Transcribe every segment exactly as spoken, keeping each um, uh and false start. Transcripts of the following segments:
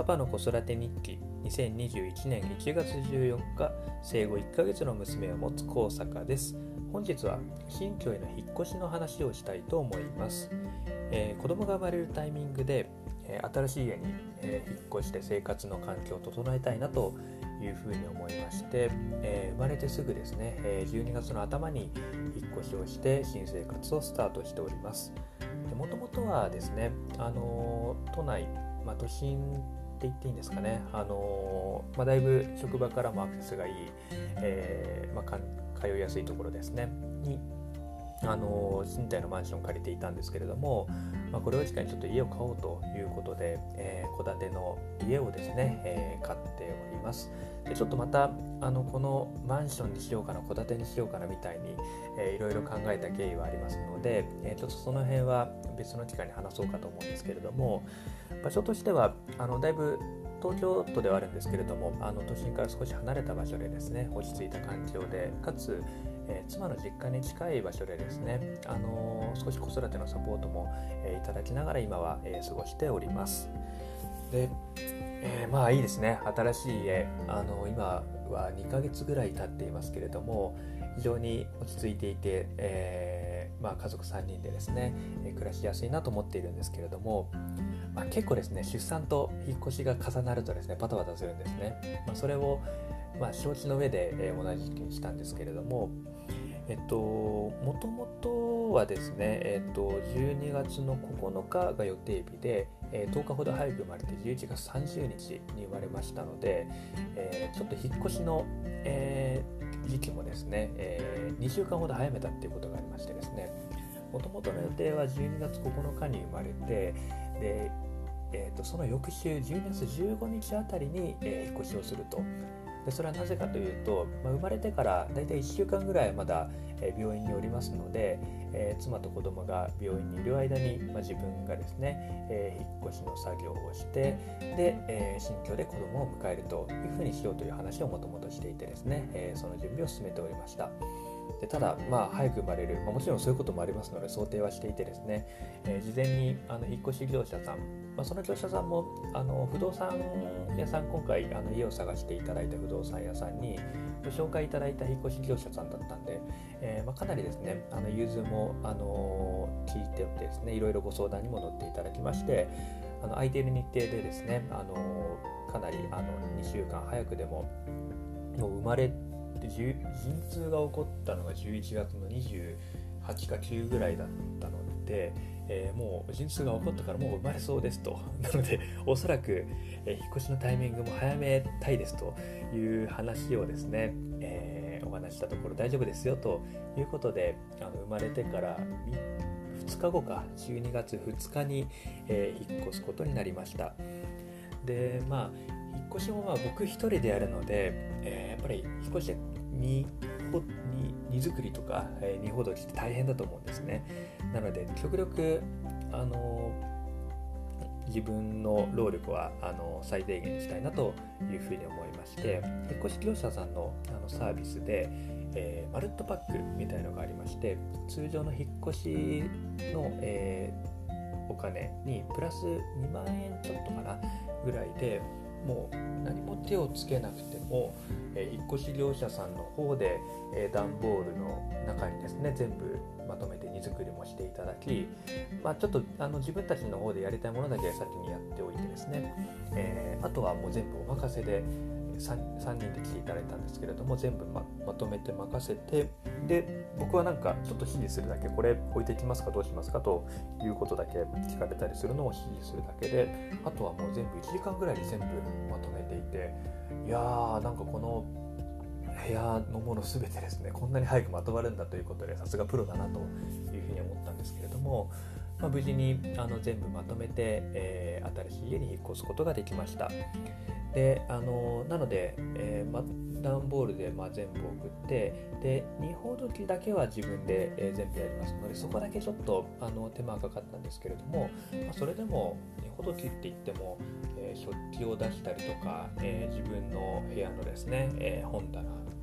パの子育て日記にせんにじゅういちねんいちがつじゅうよっか、生後いっかげつの娘を持つ高坂です。本日は新居への引っ越しの話をしたいと思います。えー、子供が生まれるタイミングで、えー、新しい家に、えー、引っ越して生活の環境を整えたいなというふうに思いまして、えー、生まれてすぐですね、えー、じゅうにがつの頭に引っ越しをして新生活をスタートしております。もともとはですね、あのー、都内、まあ、都心って言っていいんですかね、あのーまあ、だいぶ職場からもアクセスがいい、えーまあ、通いやすいところですねに、あのー、賃貸のマンションを借りていたんですけれども、まあ、これを機会にちょっと家を買おうということで、えー、戸建ての家をですね、えー、買っております。でちょっとまたあのこのマンションにしようかな戸建てにしようかなみたいに、えー、いろいろ考えた経緯はありますので、えー、ちょっとその辺は別の機会に話そうかと思うんですけれども、場所としてはあのだいぶ東京都ではあるんですけれども、あの都心から少し離れた場所でですね、落ち着いた環境でかつ、えー、妻の実家に近い場所でですね、あのー、少し子育てのサポートも、えー、いただきながら今は、えー、過ごしております。で、えー、まあいいですね。新しい家、あの今はにかげつぐらい経っていますけれども、非常に落ち着いていて、えーまあ、家族さんにんでですね、えー、暮らしやすいなと思っているんですけれども、まあ、結構ですね、出産と引っ越しが重なるとですね、バタバタするんですね。まあ、それを、まあ、承知の上で、えー、同じ時期にしたんですけれども、えっと、もともとはですね、えっと、じゅうにがつのここのかが予定日で、えー、とおかほど早く生まれてじゅういちがつさんじゅうにちに生まれましたので、えー、ちょっと引っ越しの、えー、時期もですね、えー、にしゅうかんほど早めたっていうことがありましてですね、もともとの予定はじゅうにがつここのかに生まれて、で、えー、とその翌週じゅうにがつじゅうごにちあたりに、えー、引っ越しをすると。でそれはなぜかというと、まあ、生まれてからだいたいいっしゅうかんぐらいまだ、えー、病院におりますので、えー、妻と子供が病院にいる間に、まあ、自分がですね、えー、引っ越しの作業をしてで、えー、新居で子供を迎えるというふうにしようという話をもともとしていてですね、えー、その準備を進めておりました。でただ、まあ、早く生まれる、まあ、もちろんそういうこともありますので想定はしていてですね、えー、事前にあの引っ越し業者さん、まあ、その業者さんもあの不動産屋さん、今回あの家を探していただいた不動産屋さんにご紹介いただいた引っ越し業者さんだったんで、えーまあ、かなりですね、あの融通も、あのー、聞いておってですね、いろいろご相談にも乗っていただきまして、あの空いている日程でですね、あのー、かなりあのにしゅうかん早くでももう生まれて陣痛が起こったのがじゅういちがつのにじゅうはちかきゅうぐらいだったので、えー、もう陣痛が起こったからもう生まれそうですと。なのでおそらく、えー、引っ越しのタイミングも早めたいですという話をですね、えー、お話したところ大丈夫ですよということで、あの生まれてからふつかごかじゅうにがつふつかに、えー、引っ越すことになりました。でまあ引っ越しもまあ僕一人でやるので、えー、やっぱり引っ越しに荷造りとか、えー、荷ほどきって大変だと思うんですね。なので極力あの自分の労力はあの最低限にしたいなというふうに思いまして、引っ越し業者さんの、あのサービスで、えー、マルットパックみたいのがありまして、通常の引っ越しの、えー、お金にプラスにまんえんちょっとかなぐらいで、もう何も手をつけなくても、えー、引っ越し業者さんの方で、えー、段ボールの中にですね全部まとめて荷造りもしていただき、まあ、ちょっとあの自分たちの方でやりたいものだけ先にやっておいてですね、えー、あとはもう全部お任せで 3, さんにんで来ていただいたんですけれども、全部 ま, まとめて任せて、で僕はなんかちょっと指示するだけ、これ置いていきますかどうしますかということだけ聞かれたりするのを指示するだけで、あとはもう全部いちじかんぐらいで全部まとめていて、いやーなんかこの部屋のもの全てですね、こんなに早くまとまるんだということで、さすがプロだなというふうに思ったんですけれども、まあ、無事にあの全部まとめて、えー、新しい家に引っ越すことができました。であのなので、えーま、段ボールで、まあ、全部送って、で荷ほどきだけは自分で、えー、全部やりますので、そこだけちょっとあの手間がかかったんですけれども、まあ、それでも荷ほどきって言っても、えー、食器を出したりとか、えー、自分の部屋のですね、えー、本棚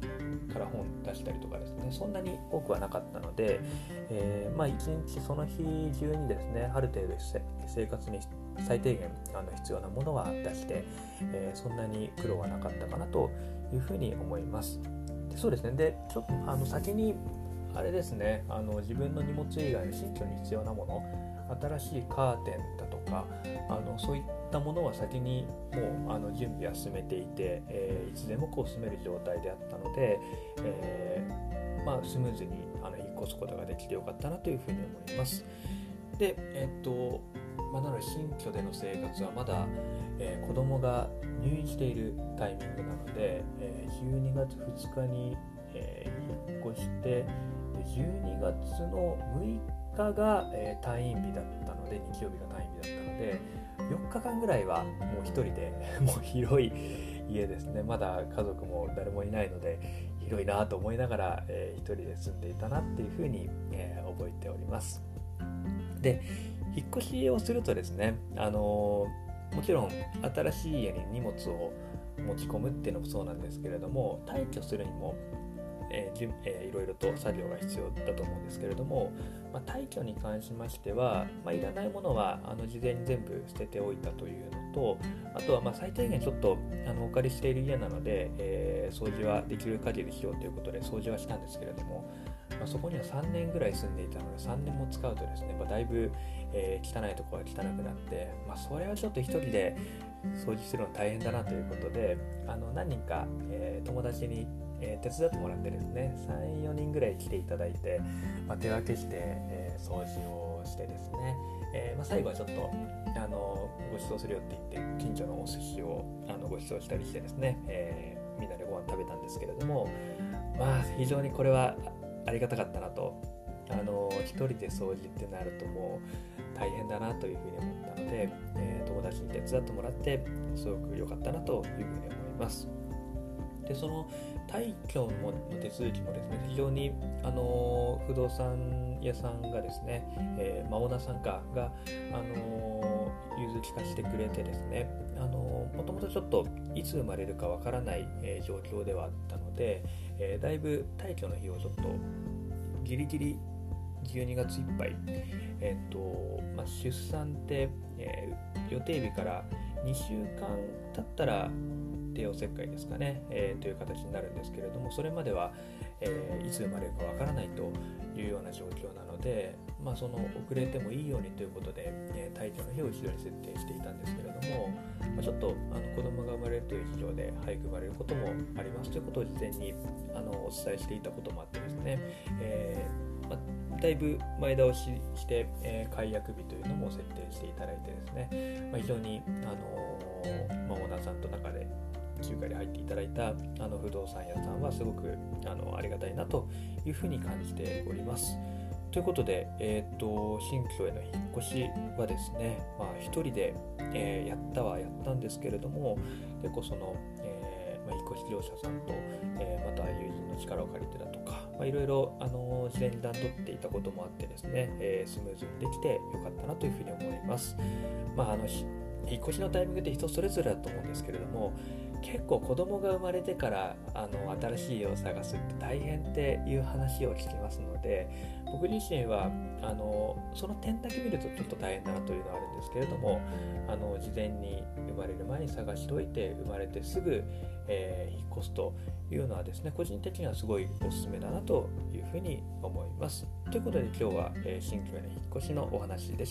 から本出したりとかですね、そんなに多くはなかったので、えー、まあ一日その日中にですね、ある程度生活に最低限あの必要なものは出して、えー、そんなに苦労はなかったかなというふうに思います。でそうですね、でちょっとあの先にあれですね、あの自分の荷物以外の新居に必要なもの、新しいカーテンだとか、あのそういったものは先にもうあの準備は進めていて、えー、いつでもこう住める状態であったので、えーまあ、スムーズにあの引っ越すことができてよかったなというふうに思います。で、えっとまあ、なので新居での生活はまだ、えー、子供が入院しているタイミングなので、えー、じゅうにがつふつかに、えー、引っ越して、じゅうにがつのむいかが、えー、退院日だったので、日曜日が退院日だったので、よっかかんぐらいはもう一人でもう広い家ですね、まだ家族も誰もいないので広いなと思いながら、えー、一人で住んでいたなっていうふうに、えー、覚えております。で、引っ越しをするとですね、あのー、もちろん新しい家に荷物を持ち込むっていうのもそうなんですけれども、退去するにもえーえー、いろいろと作業が必要だと思うんですけれども、まあ、退去に関しましては、まあ、いらないものはあの事前に全部捨てておいたというのと、あとはまあ最低限ちょっとあのお借りしている家なので、えー、掃除はできる限りしようということで掃除はしたんですけれども、まあ、そこにはさんねんぐらい住んでいたので、さんねんも使うとですね、まあ、だいぶ、えー、汚いところが汚くなって、まあ、それはちょっと一人で掃除するの大変だなということで、あの何人か、えー、友達にえー、手伝ってもらってですね、さん、よにんぐらい来ていただいて、まあ、手分けして、えー、掃除をしてですね、えーまあ、最後はちょっとあのご馳走するよって言って近所のお寿司をあのご馳走したりしてですね、えー、みんなでご飯食べたんですけれども、まあ非常にこれはありがたかったなと。あの一人で掃除ってなるともう大変だなというふうに思ったので、えー、友達に手伝ってもらってすごく良かったなというふうに思います。でその退去の手続きもですね、非常にあの不動産屋さんがですね、えー、まあ、オーナーさんかがあの融通きかしてくれてですね、あのもともとちょっといつ生まれるかわからない、えー、状況ではあったので、えー、だいぶ退去の日をちょっとギリギリじゅうにがついっぱい、えーとまあ、出産って、えー、予定日からにしゅうかん経ったら帝王切開ですかね、えー、という形になるんですけれども、それまでは、えー、いつ生まれるかわからないというような状況なので、まあ、その遅れてもいいようにということで、えー、退去の日を一度に設定していたんですけれども、まあ、ちょっとあの子供が生まれるという事情で早く生まれることもありますということを事前にあのお伝えしていたこともあってですね、えーまあ、だいぶ前倒しして、えー、解約日というのも設定していただいてですね、まあ、非常にあの、まあ、オーナーさんと中で仲介で入っていただいたあの不動産屋さんはすごくあのありがたいなというふうに感じております。ということで、えー、と新居への引っ越しはですね、まあ、一人で、えー、やったはやったんですけれども、結構その、えーまあ、引っ越し業者さんと、えー、また友人の力を借りてだとか、まあ、いろいろ、あのー、事前に段取っていたこともあってですね、えー、スムーズにできてよかったなというふうに思います。まあ、あの引っ越しのタイミングって人それぞれだと思うんですけれども、結構子供が生まれてからあの新しい家を探すって大変っていう話を聞きますので、僕自身はあのその点だけ見るとちょっと大変だなというのはあるんですけれども、あの事前に生まれる前に探しておいて、生まれてすぐ、えー、引っ越すというのはですね、個人的にはすごいおすすめだなというふうに思います。ということで今日は、えー、新居への引っ越しのお話でした。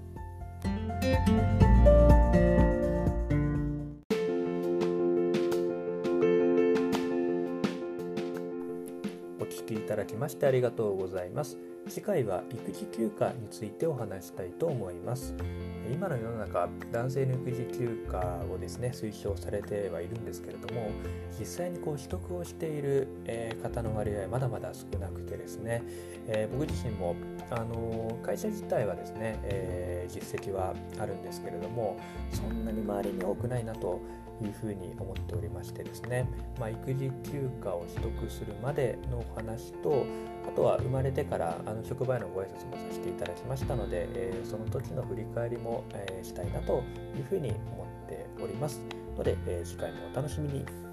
お聞きいただきましてありがとうございます。次回は育児休暇についてお話したいと思います。今の世の中、男性の育児休暇をですね推奨されてはいるんですけれども、実際にこう取得をしている、えー、方の割合はまだまだ少なくてですね、えー、僕自身もあの会社自体はですね、えー、実績はあるんですけれども、そんなに周りに多くないなというふうに思っておりましてですね、まあ、育児休暇を取得するまでのお話と、あとは生まれてからあの職場へのご挨拶もさせていただきましたので、えー、その時の振り返りも、えー、したいなというふうに思っておりますので、えー、次回もお楽しみに。